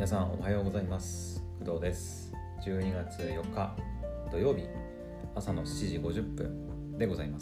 皆さんおはようございます。工藤です。12月4日土曜日朝の7時50分でございます。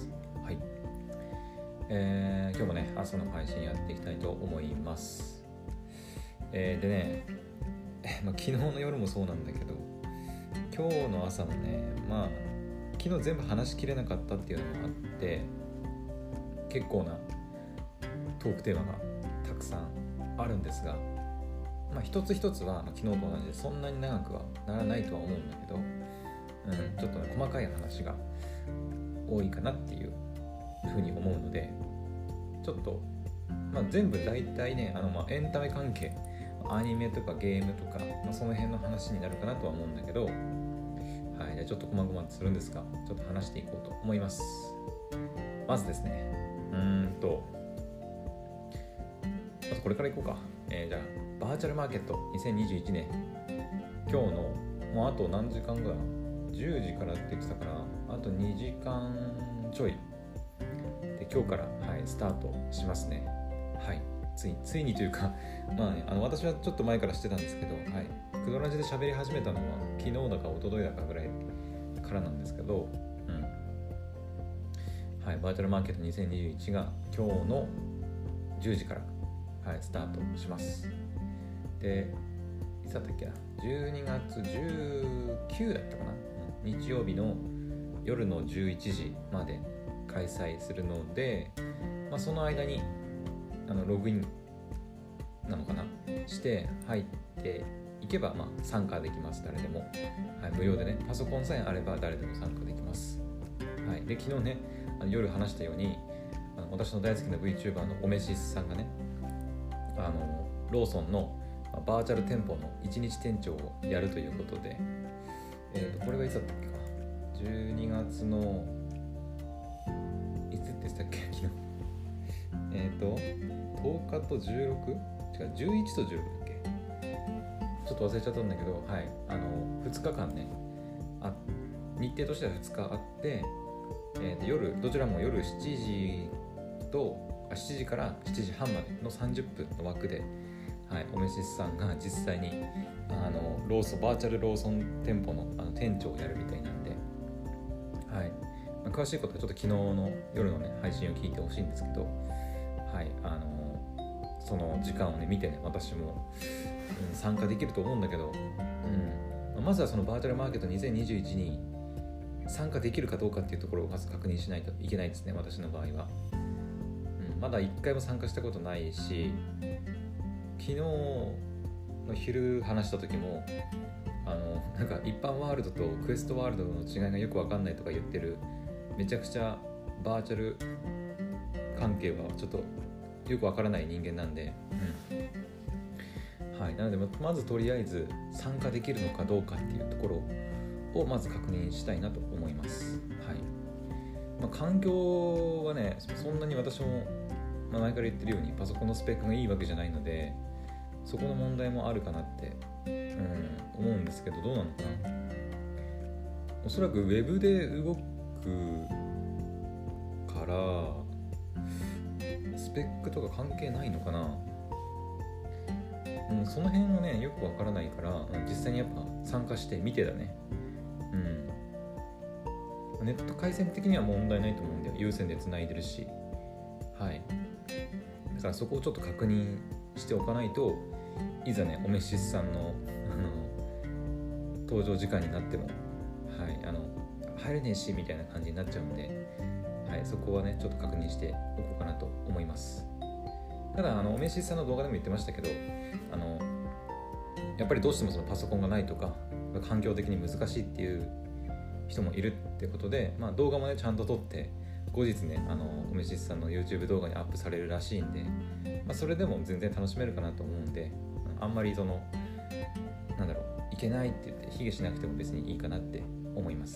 はい、今日もね朝の配信やっていきたいと思います。でね、昨日の夜もそうなんだけど今日の朝もね昨日全部話しきれなかったっていうのもあって結構なトークテーマがたくさんあるんですが、一つ一つは昨日と同じでそんなに長くはならないとは思うんだけど、ちょっとね細かい話が多いかなっていうふうに思うのでちょっと、全部大体ねエンタメ関係アニメとかゲームとか、その辺の話になるかなとは思うんだけど、じゃあちょっと細々とするんですがちょっと話していこうと思います。まずですねまずこれからいこうか。じゃあバーチャルマーケット2021年今日のもうあと何時間ぐらい10時からって言ってたからあと2時間ちょいで今日から、スタートしますね。ついにというか私はちょっと前からしてたんですけど、クドラジで喋り始めたのは昨日だか一昨日だかぐらいからなんですけど、バーチャルマーケット2021が今日の10時からスタートします。で、いつだったっけな、12月19だったかな、日曜日の夜の11時まで開催するので、その間にログインなのかなして入っていけば参加できます。誰でも、無料でね、パソコンさえあれば誰でも参加できます。で昨日ね夜話したように私の大好きな VTuber のオメシスさんがねローソンのバーチャル店舗の1日店長をやるということで、これはいつだったっけか、12月のいつって言ってたっけ昨日10日と16？ 違う、11と16だっけ、ちょっと忘れちゃったんだけど、2日間ね日程としては2日あって、夜どちらも夜7時から7時半までの30分の枠で、オメシスさんが実際にバーチャルローソン店舗の店長をやるみたいなんで、詳しいことはちょっと昨日の夜のね配信を聞いてほしいんですけど、その時間をね見てね私も、参加できると思うんだけど、まずはそのバーチャルマーケット2021に参加できるかどうかっていうところをまず確認しないといけないですね。私の場合は、まだ1回も参加したことないし、昨日の昼話した時も一般ワールドとクエストワールドの違いがよく分かんないとか言ってるめちゃくちゃバーチャル関係はちょっとよく分からない人間なんで、なのでまずとりあえず参加できるのかどうかっていうところをまず確認したいなと思います。環境はねそんなに私も、前から言ってるようにパソコンのスペックがいいわけじゃないのでそこの問題もあるかなって、思うんですけど、どうなのかな。おそらくウェブで動くからスペックとか関係ないのかな。その辺はねよくわからないから実際にやっぱ参加してみてだね。ネット回線的には問題ないと思うんだよ。有線で繋いでるし、だからそこをちょっと確認しておかないといざねオメシスさんの登場時間になっても入れねえしみたいな感じになっちゃうんで、そこはねちょっと確認しておこうかなと思います。ただオメシスさんの動画でも言ってましたけどやっぱりどうしてもそのパソコンがないとか環境的に難しいっていう人もいるってことで、動画もねちゃんと撮って後日ねオメシスさんの YouTube 動画にアップされるらしいんで、それでも全然楽しめるかなと思うんで、あんまりいけないって言って卑下しなくても別にいいかなって思います。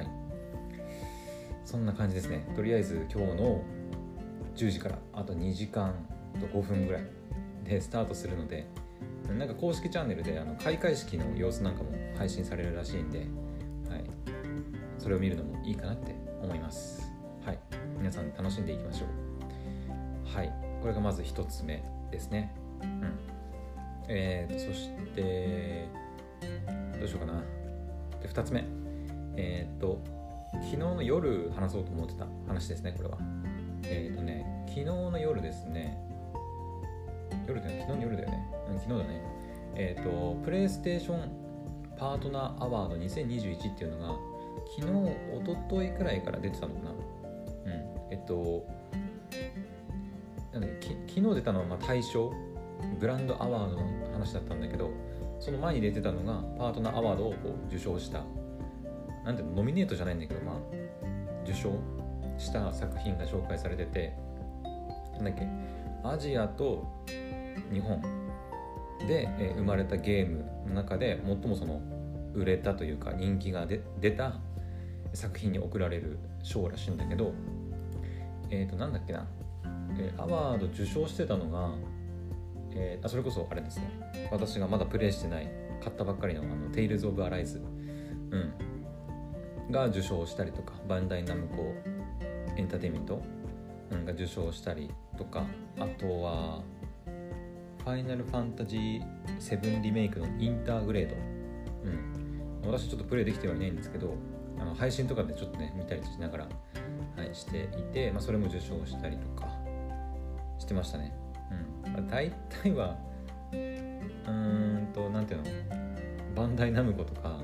そんな感じですね。とりあえず今日の10時からあと2時間と5分ぐらいでスタートするので、公式チャンネルで開会式の様子なんかも配信されるらしいんで、それを見るのもいいかなって思います。皆さん楽しんでいきましょう。これがまず一つ目ですね。 そしてどうしようかな。で2つ目、昨日の夜話そうと思ってた話ですね。これは昨日の夜ですね。昨日の夜だよね。昨日だね。プレイステーションパートナーアワード2021っていうのが昨日、一昨日くらいから出てたのかな。昨日出たのは大賞グランドアワードの話だったんだけど、その前に出てたのがパートナーアワードを受賞した、なんていうの、ノミネートじゃないんだけど、受賞した作品が紹介されてて、なんだっけ、アジアと日本で生まれたゲームの中で最もその売れたというか人気が出た作品に贈られる賞らしいんだけど、なんだっけな、アワード受賞してたのが、それこそあれですね、私がまだプレイしてない買ったばっかりのテイルズ・オブ・アライズ、が受賞したりとか、バンダイナムコエンターテインメント、が受賞したりとか、あとはファイナルファンタジー7リメイクのインターグレード、私ちょっとプレイできてはいないんですけど、配信とかでちょっとね見たりしながら、していて、それも受賞したりとかしてましたね。大体はなんていうの、バンダイナムコとか、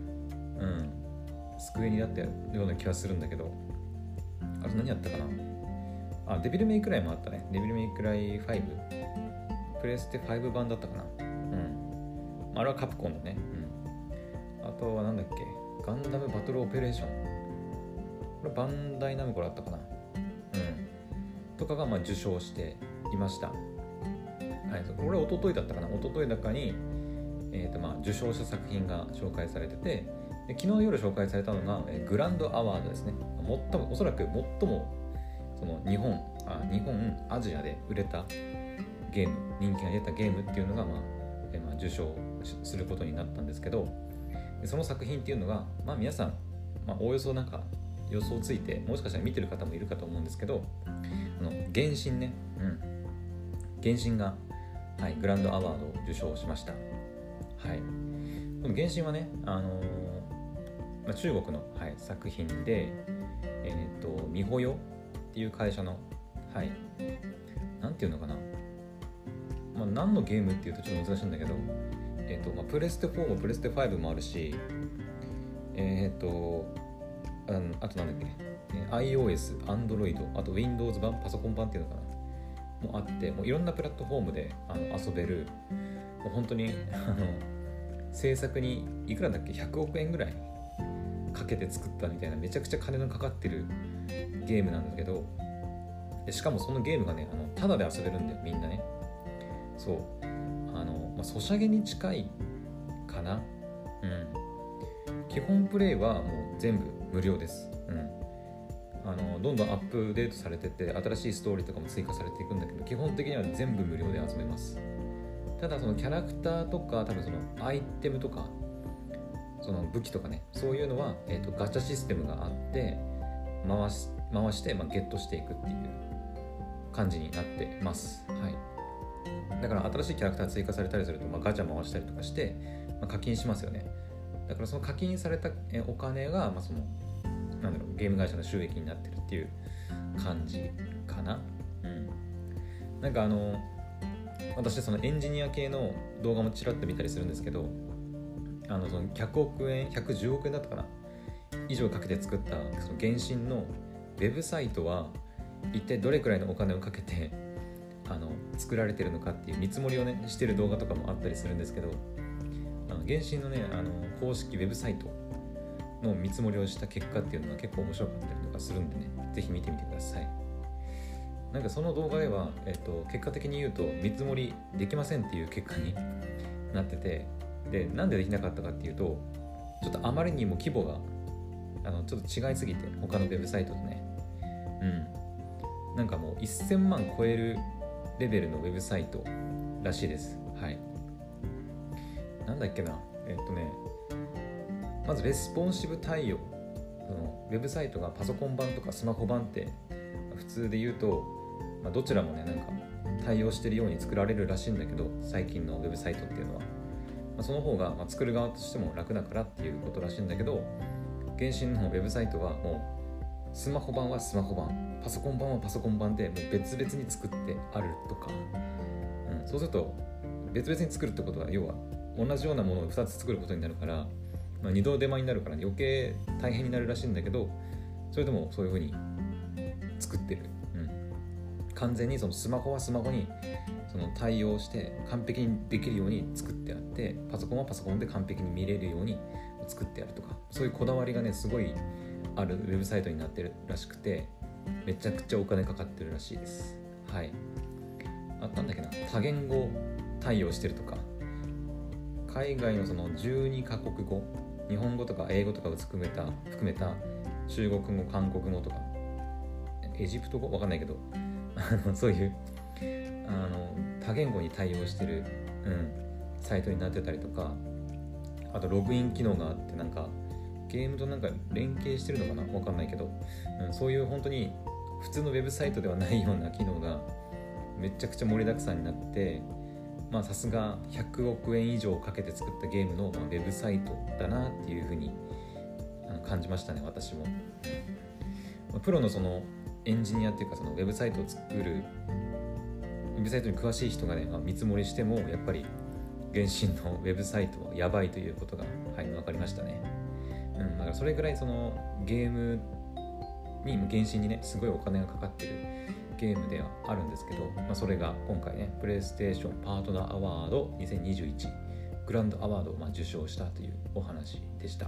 スクエニだったような気がするんだけど、あと何やったかな。デビルメイクライもあったね。デビルメイクライ5、プレステ5版だったかな。あれはカプコンだね。あとはなんだっけ、ガンダムバトルオペレーション、これバンダイナムコだったかな。とかが受賞していました。これは一昨日だったかな。一昨日だかに、受賞した作品が紹介されてて、で昨日の夜紹介されたのが、グランドアワードですね。おそらく最もその日本アジアで売れたゲーム、人気が出たゲームっていうのが、受賞することになったんですけど、その作品っていうのが、皆さん、おおよそなんか予想ついて、もしかしたら見てる方もいるかと思うんですけど、原神ね、原神が、グランドアワードを受賞しました。この原神はね、中国の、作品で、ミホヨっていう会社の、なんていうのかな、何のゲームっていうとちょっと難しいんだけど、プレステ4もプレステ5もあるし、あとなんだっけ、iOS、Android、あと Windows 版、パソコン版っていうのかなもあって、もういろんなプラットフォームで遊べる、もう本当に制作にいくらだっけ、100億円ぐらいかけて作ったみたいな、めちゃくちゃ金のかかってるゲームなんだけど、でしかもそのゲームがね、タダで遊べるんだよ、みんなね。そう、ソシャゲに近いかな。基本プレイはもう全部無料です。どんどんアップデートされてて、新しいストーリーとかも追加されていくんだけど、基本的には全部無料で遊べます。ただそのキャラクターとか、多分そのアイテムとか、その武器とかね、そういうのは、ガチャシステムがあって回して、ゲットしていくっていう感じになってます。だから新しいキャラクター追加されたりすると、ガチャ回したりとかして、課金しますよね。だからその課金されたお金が、そのゲーム会社の収益になってるっていう感じかな。なんか私そのエンジニア系の動画もちらっと見たりするんですけど、その100億円110億円だったかな以上かけて作ったその原神のウェブサイトは一体どれくらいのお金をかけて作られてるのかっていう見積もりをねしてる動画とかもあったりするんですけど、原神のね公式ウェブサイトの見積もりをした結果っていうのが結構面白かったりとかするんでね、ぜひ見てみてください。なんかその動画では、結果的に言うと見積もりできませんっていう結果になってて、でなんでできなかったかっていうと、ちょっとあまりにも規模がちょっと違いすぎて、他のウェブサイトとね、なんかもう1000万超えるレベルのウェブサイトらしいです。なんだっけな、まずレスポンシブ対応、そのウェブサイトがパソコン版とかスマホ版って普通で言うと、どちらもねなんか対応しているように作られるらしいんだけど、最近のウェブサイトっていうのは、その方が作る側としても楽だからっていうことらしいんだけど、原神のウェブサイトはもうスマホ版はスマホ版、パソコン版はパソコン版でもう別々に作ってあるとか、そうすると別々に作るってことは要は同じようなものを2つ作ることになるから、2度手間になるから余計大変になるらしいんだけど、それでもそういう風に作ってる、完全にそのスマホはスマホにその対応して完璧にできるように作ってあって、パソコンはパソコンで完璧に見れるように作ってあるとか、そういうこだわりがねすごいあるウェブサイトになってるらしくて、めちゃくちゃお金かかってるらしいです。はい。なんだっけな、多言語対応してるとか、海外のその12カ国語、日本語とか英語とかを含めた中国語、韓国語とかエジプト語わかんないけどそういう多言語に対応してる、サイトになってたりとか、あとログイン機能があって、なんかゲームとなんか連携してるのかなわかんないけど、そういう本当に普通のウェブサイトではないような機能がめちゃくちゃ盛りだくさんになって、さすが100億円以上かけて作ったゲームの、ウェブサイトだなっていう風に感じましたね、私も。プロのそのエンジニアっていうか、そのウェブサイトを作るウェブサイトに詳しい人がね、見積もりしてもやっぱり原神のウェブサイトはやばいということが、分かりましたね。だからそれぐらいそのゲームに原神にねすごいお金がかかってるゲームではあるんですけど、それが今回ねプレイステーションパートナーアワード2021グランドアワードを受賞したというお話でした。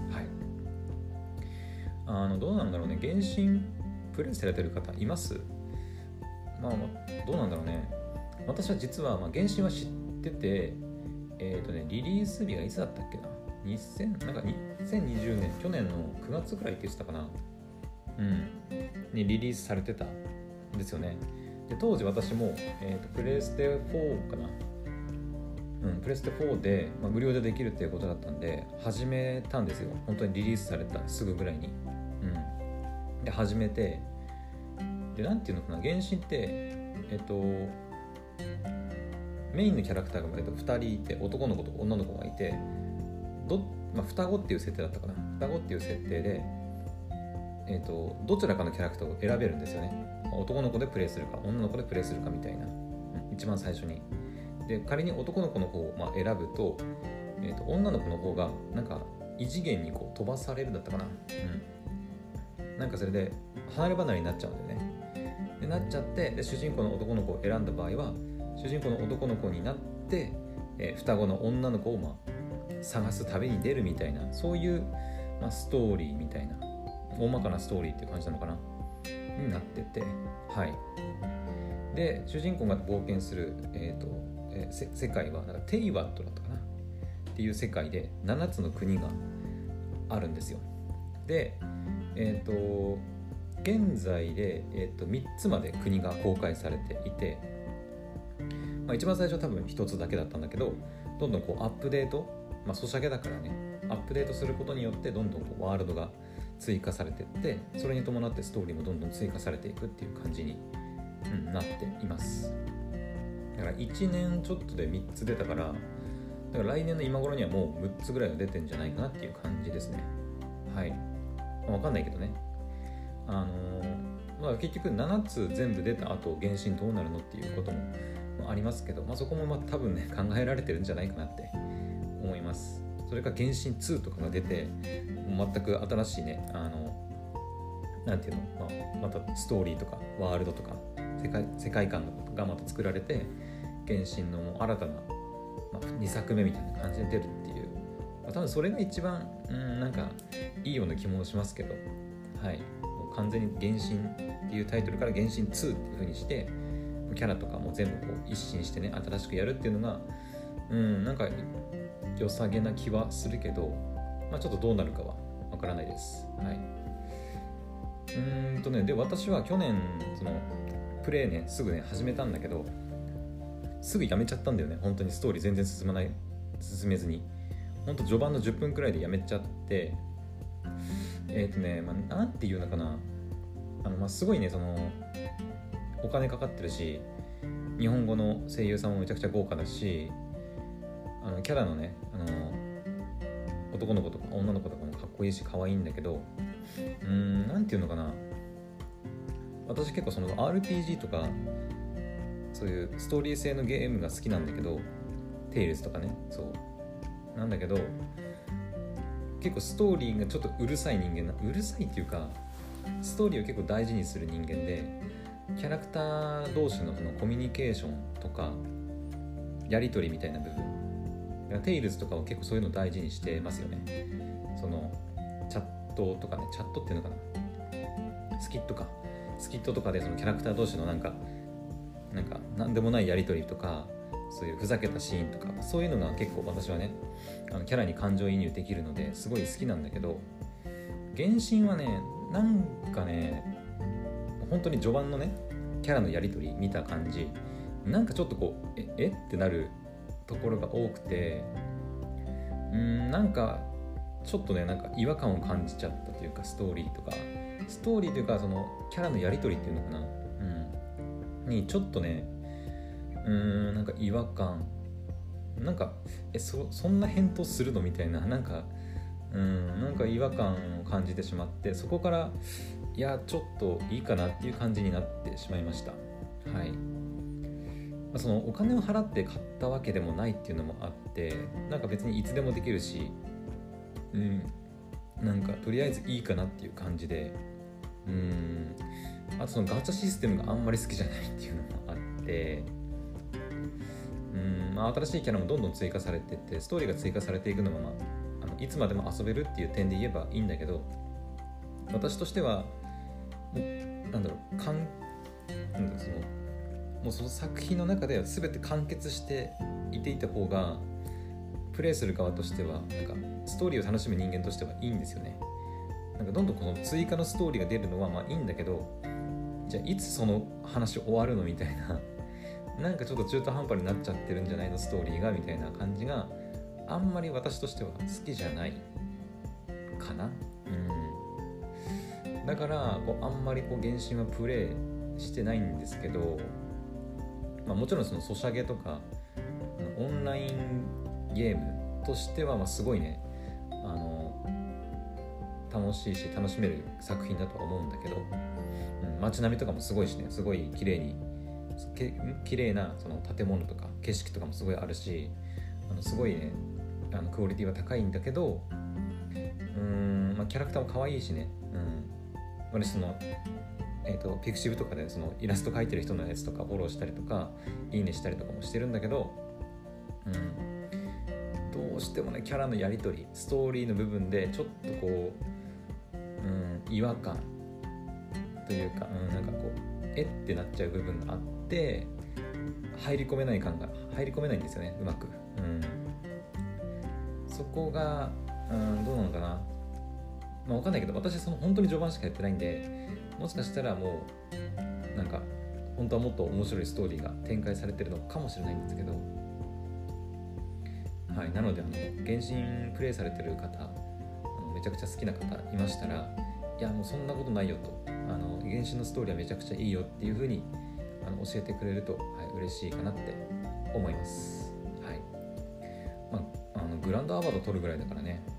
どうなんだろうね、原神プレイされてる方います？どうなんだろうね。私は実は、原神は知ってて、リリース日がいつだったっけな、2020年去年の9月くらいって言ってたかな、にリリースされてたんですよね。で当時私も、プレステ4かな、プレステ4で、無料でできるっていうことだったんで始めたんですよ。本当にリリースされたすぐぐらいに、で始めて、でなんていうのかな、原神ってメインのキャラクターが2人いて、男の子と女の子がいて、双子っていう設定だったかな。双子っていう設定で、どちらかのキャラクターを選べるんですよね。男の子でプレイするか女の子でプレイするかみたいな、一番最初に。で仮に男の子の方を選ぶと、女の子の方がなんか異次元にこう飛ばされるだったかな、なんかそれで離れ離れになっちゃうんだよね。でなっちゃって、で主人公の男の子を選んだ場合は主人公の男の子になって、双子の女の子を探す旅に出るみたいな、そういう、ストーリーみたいな、大まかなストーリーっていう感じなのかなになってて、で主人公が冒険する、世界はなんかテイワットだったかなっていう世界で7つの国があるんですよ。で現在で、3つまで国が公開されていて、一番最初は多分1つだけだったんだけど、どんどんこうアップデート、ソシャゲだからね、アップデートすることによってどんどんこうワールドが追加されていって、それに伴ってストーリーもどんどん追加されていくっていう感じに、なっています。だから1年ちょっとで3つ出たから、だから来年の今頃にはもう6つぐらいは出てんじゃないかなっていう感じですね。わかんないけどね。結局7つ全部出た後原神どうなるのっていうこともありますけど、そこも多分ね考えられてるんじゃないかなって思います。それから原神2とかが出て、全く新しいね、なんていうの、またストーリーとかワールドとか世界観がまた作られて、原神の新たな、2作目みたいな感じで出るっていう、多分それが一番なんかいいような気もしますけど、もう完全に原神っていうタイトルから原神2っていう風にして、キャラとかも全部こう一新してね新しくやるっていうのがなんか良さげな気はするけど、ちょっとどうなるかはわからないです。で私は去年そのプレイねすぐね始めたんだけど、すぐやめちゃったんだよね。本当にストーリー全然進めずに、本当序盤の10分くらいでやめちゃって、なんていうのかな、すごいねそのお金かかってるし、 日本語の声優さんもめちゃくちゃ豪華だし、キャラのね男の子とか女の子とかもかっこいいし可愛いんだけど、なんていうのかな、私結構その RPG とかそういうストーリー性のゲームが好きなんだけど、テイルズとかね、そうなんだけど、結構ストーリーがちょっとうるさい人間うるさいっていうか、ストーリーを結構大事にする人間で、キャラクター同士のそのコミュニケーションとかやり取りみたいな部分、テイルズとかは結構そういうのを大事にしてますよね。そのチャットとかね、チャットっていうのかな、スキットとかでそのキャラクター同士のなんかなんでもないやり取りとか、そういうふざけたシーンとか、そういうのが結構私はねキャラに感情移入できるのですごい好きなんだけど、原神はねなんかね本当に序盤のねキャラのやり取り見た感じ、なんかちょっとこうってなるところが多くて、なんかちょっとねなんか違和感を感じちゃったというか、ストーリーというかそのキャラのやり取りっていうのかな、にちょっとねなんか違和感、なんかそんな返答するのみたいな、なんか違和感を感じてしまって、そこからいやちょっといいかなっていう感じになってしまいました。はい。そのお金を払って買ったわけでもないっていうのもあって、なんか別にいつでもできるし、なんかとりあえずいいかなっていう感じで、あとそのガチャシステムがあんまり好きじゃないっていうのもあって、新しいキャラもどんどん追加されてって、ストーリーが追加されていくのが、いつまでも遊べるっていう点で言えばいいんだけど、私としてはもうその作品の中では全て完結していていた方がプレイする側としてはなんかストーリーを楽しむ人間としてはいいんですよね。なんかどんどんこの追加のストーリーが出るのはまあいいんだけど、じゃあいつその話終わるのみたいななんかちょっと中途半端になっちゃってるんじゃないのストーリーがみたいな感じがあんまり私としては好きじゃないかな。だからあんまり原神はプレイしてないんですけど、もちろんそのソシャゲとかオンラインゲームとしてはすごいね楽しいし楽しめる作品だとは思うんだけど、街並みとかもすごいしね、すごい綺麗なその建物とか景色とかもすごいあるし、すごいねクオリティは高いんだけど、キャラクターも可愛いしね、私そのピクシブとかでそのイラスト描いてる人のやつとかフォローしたりとかいいねしたりとかもしてるんだけど、どうしてもねキャラのやり取りストーリーの部分でちょっとこう、違和感というか、なんかこうってなっちゃう部分があって入り込めないんですよね、うまく。そこが、どうなのかな、分かんないけど、私その本当に序盤しかやってないんで、もしかしたらもうなんか本当はもっと面白いストーリーが展開されてるのかもしれないんですけど、はい。なので原神プレイされてる方めちゃくちゃ好きな方いましたら、いやもうそんなことないよと、原神のストーリーはめちゃくちゃいいよっていう風に教えてくれると、嬉しいかなって思います。はい。グランドアワード取るぐらいだからね。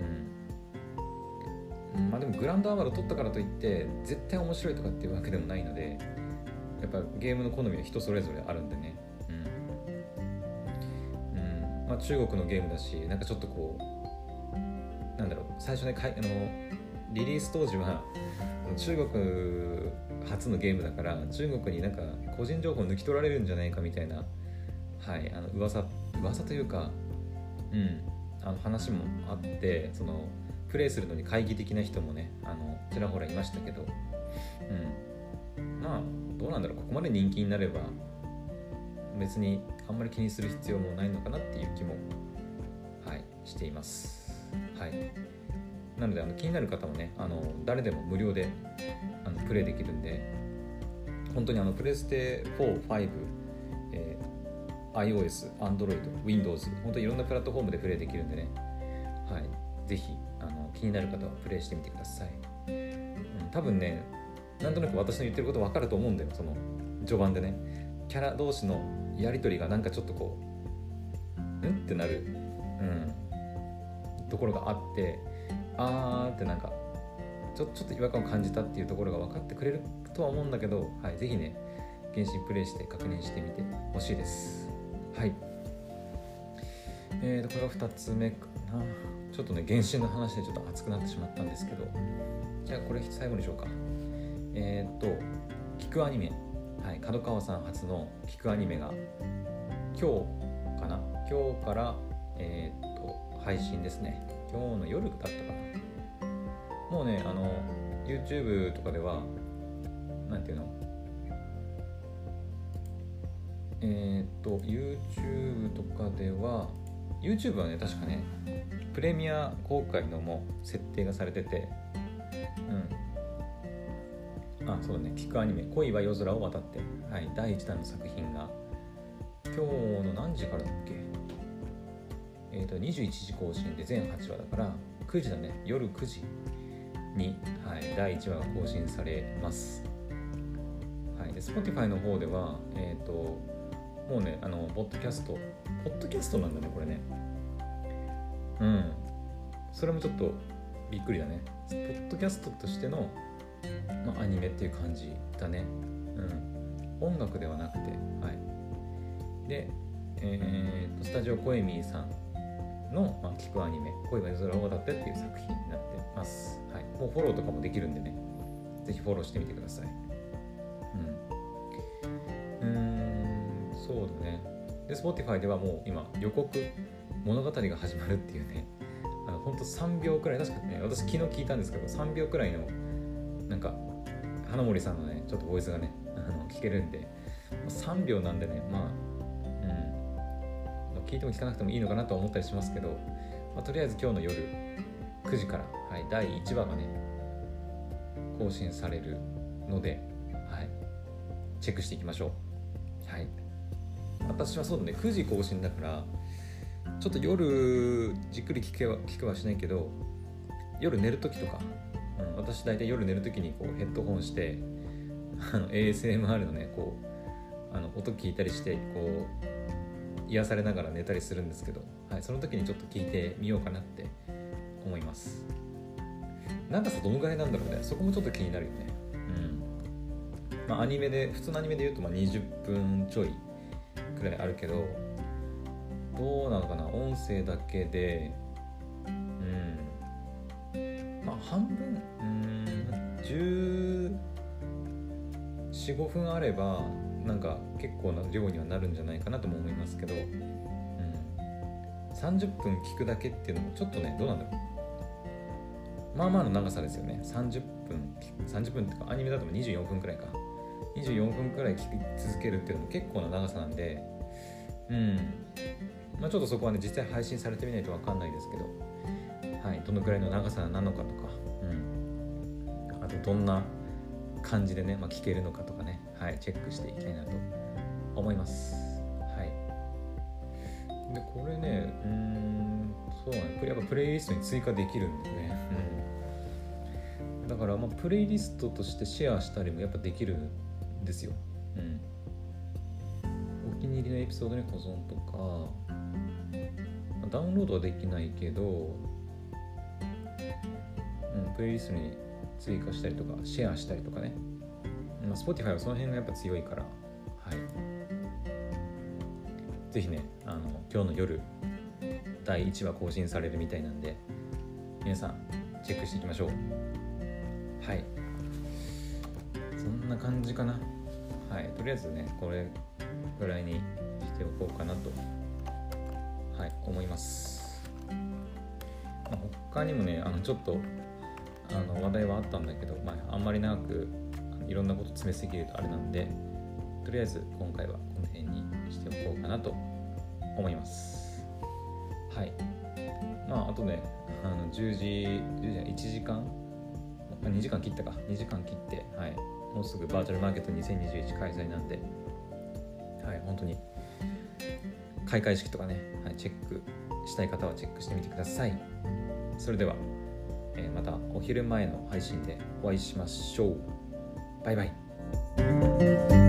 でもグランドアワード取ったからといって絶対面白いとかっていうわけでもないので、やっぱゲームの好みは人それぞれあるんでね。中国のゲームだし、なんかちょっとこう最初ねリリース当時は中国初のゲームだから中国になんか個人情報抜き取られるんじゃないかみたいな、噂というか、話もあって、そのプレイするのに懐疑的な人もねちらほらいましたけど、どうなんだろう、ここまで人気になれば別にあんまり気にする必要もないのかなっていう気も、しています。なので気になる方もね誰でも無料でプレイできるんで、本当にプレステ4、5、iOS、Android、Windows 本当にいろんなプラットフォームでプレイできるんでね、ぜひ気になる方はプレイしてみてください。多分ねなんとなく私の言ってること分かると思うんだよ。その序盤でねキャラ同士のやり取りがなんかちょっとこうってなる、ところがあって、ってなんかちょっと違和感を感じたっていうところが分かってくれるとは思うんだけど、ぜひね原神プレイして確認してみてほしいです。はい。これが2つ目かな。ちょっとね原神の話でちょっと熱くなってしまったんですけど、じゃあこれ最後にしようか。聞くアニメ、角川さん初の聞くアニメが今日から配信ですね。今日の夜だったかな。もうねYouTube とかではなんていうのYouTube とかでは YouTube はね確かねプレミア公開のも設定がされてて、そうだね、聞くアニメ恋は夜空を渡って、第1弾の作品が今日の何時からだっけ、21時更新で全8話だから9時だね、夜9時に、第1話が更新されます。で Spotify の方ではもうねポッドキャストなんだねこれね。それもちょっとびっくりだね。ポッドキャストとしての、アニメっていう感じだね。音楽ではなくて、で、スタジオコエミーさんの、聞くアニメ恋は夜空を渡ってっていう作品になってます。もうフォローとかもできるんでね、ぜひフォローしてみてください。そうだね。で Spotify ではもう今予告物語が始まるっていうね、ほんと3秒くらい、確かね私昨日聞いたんですけど3秒くらいのなんか花森さんのねちょっとボイスがね聞けるんで、3秒なんでね聞いても聞かなくてもいいのかなと思ったりしますけど、とりあえず今日の夜9時から、第1話がね更新されるので、チェックしていきましょう。私はそうだね9時更新だからちょっと夜じっくり聞けはしないけど、夜寝るときとか、私大体夜寝るときにこうヘッドホンしてASMR のねこう音聞いたりしてこう癒されながら寝たりするんですけど、その時にちょっと聞いてみようかなって思います。長さどのぐらいなんだろうね、そこもちょっと気になるよね。アニメで普通のアニメで言うと20分ちょいくらいあるけど、どうなのかな、音声だけで半分14、15分あればなんか結構な量にはなるんじゃないかなとも思いますけど、30分聞くだけっていうのもちょっとねどうなんだろう、まあの長さですよね。30分っていうかアニメだと24分くらいか、24分くらい聞き続けるっていうのも結構な長さなんで、ちょっとそこはね実際配信されてみないと分かんないですけど、どのくらいの長さなのかとか、あとどんな感じでね、聞けるのかとかね、チェックしていきたいなと思います。でこれねそうね、やっぱプレイリストに追加できるんでね、だからプレイリストとしてシェアしたりもやっぱできるんですよ。お気に入りのエピソードに保存とか、ダウンロードはできないけど、プレイリストに追加したりとかシェアしたりとかね、Spotify はその辺がやっぱ強いから、ぜひね今日の夜第1話更新されるみたいなんで皆さんチェックしていきましょう。そんな感じかな。とりあえずねこれぐらいにしておこうかなと思います。他にもねちょっと話題はあったんだけど、あんまり長くいろんなこと詰めすぎるとあれなんで、とりあえず今回はこの辺にしておこうかなと思います。あとね1時間2時間切ったか2時間切って、もうすぐバーチャルマーケット2021開催なんで、本当に開会式とかね、チェックしたい方はチェックしてみてください。それでは、またお昼前の配信でお会いしましょう。バイバイ。